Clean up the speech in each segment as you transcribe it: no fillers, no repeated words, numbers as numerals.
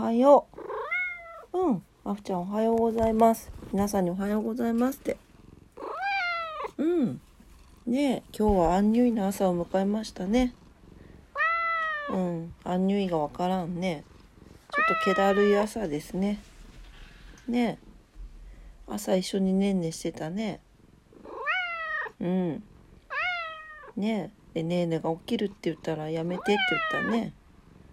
はよう。まふちゃんおはようございます。皆さんにおはようございますって。ねえ、今日はアンニュイの朝を迎えましたね。アンニュイがわからんね。ちょっと気だるい朝ですね。ねえ、朝一緒にねんねしてたね。ねえ、でねえねが起きるって言ったらやめてって言ったね。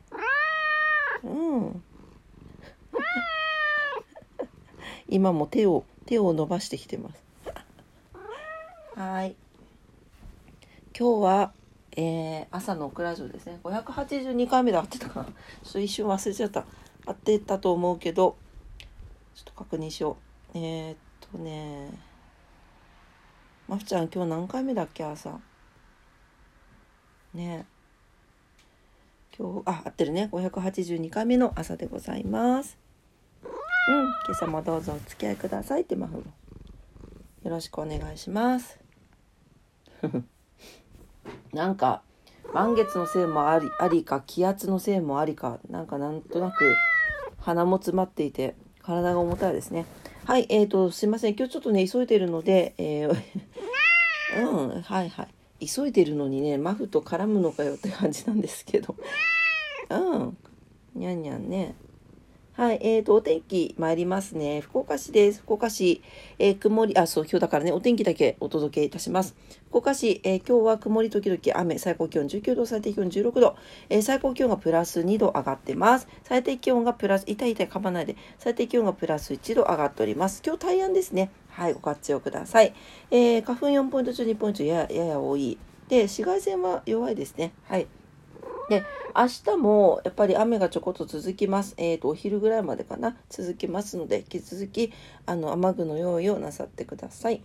今も手を伸ばしてきてます。はい。今日は、朝のオクラジオですね。582回目で合ってたかな。ちょっと一瞬忘れちゃった。合ってたと思うけど、ちょっと確認しよう。まふちゃん今日何回目だっけ朝。ね今日、合ってるね。582回目の朝でございます。今朝もどうぞお付き合いくださいってマフも。よろしくお願いします。なんか満月のせいもありか気圧のせいもありかなんとなく鼻も詰まっていて体が重たいですね。はい、すいません今日ちょっとね急いでるので、急いでるのにねマフと絡むのかよって感じなんですけどにゃんにゃんね。はい、お天気参りますね。福岡市です。福岡市、曇り、今日だからね、お天気だけお届けいたします。福岡市、今日は曇り時々雨、最高気温19度、最低気温16度、最高気温がプラス2度上がってます。最低気温がプラス、噛まないで、最低気温がプラス1度上がっております。今日大安ですね。はい、ご活用ください。花粉4ポイント中2ポイントやや多い。で、紫外線は弱いですね。はい。で、明日もやっぱり雨がちょこっと続きます。お昼ぐらいまでかな続きますので、引き続き雨具の用意をなさってください。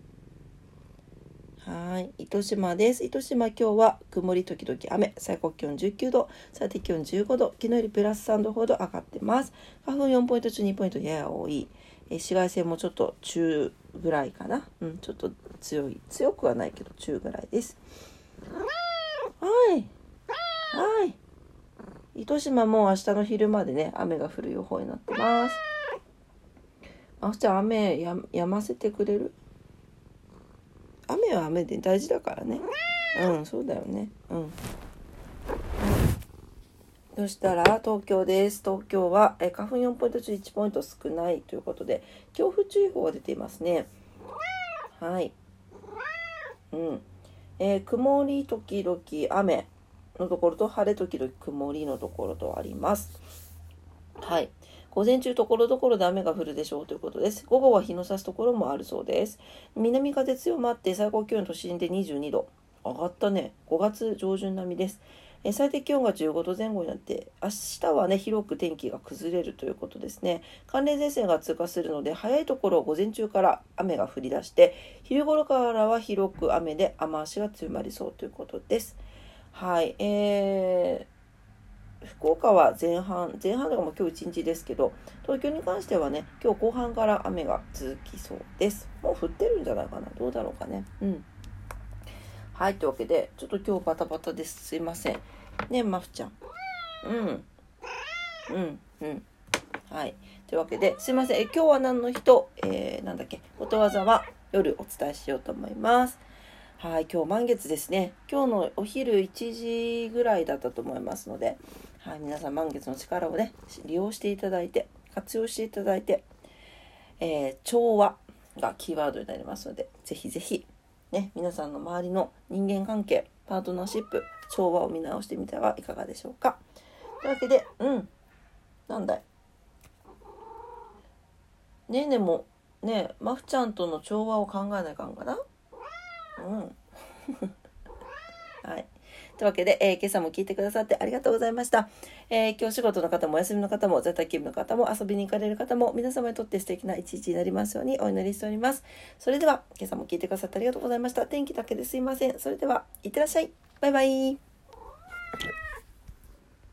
はい、糸島です。糸島今日は曇り時々雨、最高気温19度、最低気温15度、昨日よりプラス3度ほど上がってます。花粉4ポイント中2ポイントやや多い。紫外線もちょっと中ぐらいかな。ちょっと強くはないけど中ぐらいです。はい。糸島も明日の昼までね雨が降る予報になってます。まふちゃん雨やませてくれる？雨は雨で大事だからね。そうだよね。そしたら東京です。東京は花粉4ポイント中1ポイント少ないということで強風注意報が出ていますね。はい。曇り時々雨のところと晴れ時々曇りのところとあります。はい。午前中ところどころで雨が降るでしょうということです。午後は日の差すところもあるそうです。南風強まって最高気温都心で22度。上がったね。5月上旬並みです。最低気温が15度前後になって、明日はね、広く天気が崩れるということですね。寒冷前線が通過するので、早いところ午前中から雨が降り出して、昼頃からは広く雨で雨足が強まりそうということです。はい。福岡は前半とかも今日一日ですけど、東京に関してはね、今日後半から雨が続きそうです。もう降ってるんじゃないかな。どうだろうかね。はい、というわけで、ちょっと今日バタバタです。すいません。ね、まふちゃん。はい。というわけで、すいません。今日は何の日と、ことわざは夜お伝えしようと思います。はい、今日満月ですね。今日のお昼1時ぐらいだったと思いますので、はい、皆さん満月の力をね、利用していただいて、活用していただいて、調和がキーワードになりますので、ぜひぜひ、ね、皆さんの周りの人間関係、パートナーシップ、調和を見直してみてはいかがでしょうか。というわけで、なんだい。ねえねも、ねまふちゃんとの調和を考えないかんかな。はい。というわけで、今朝も聞いてくださってありがとうございました。今日仕事の方もお休みの方も在宅勤務の方も遊びに行かれる方も皆様にとって素敵な一日になりますようにお祈りしております。それでは今朝も聞いてくださってありがとうございました。天気だけですいません。それではいってらっしゃい。バイバイ。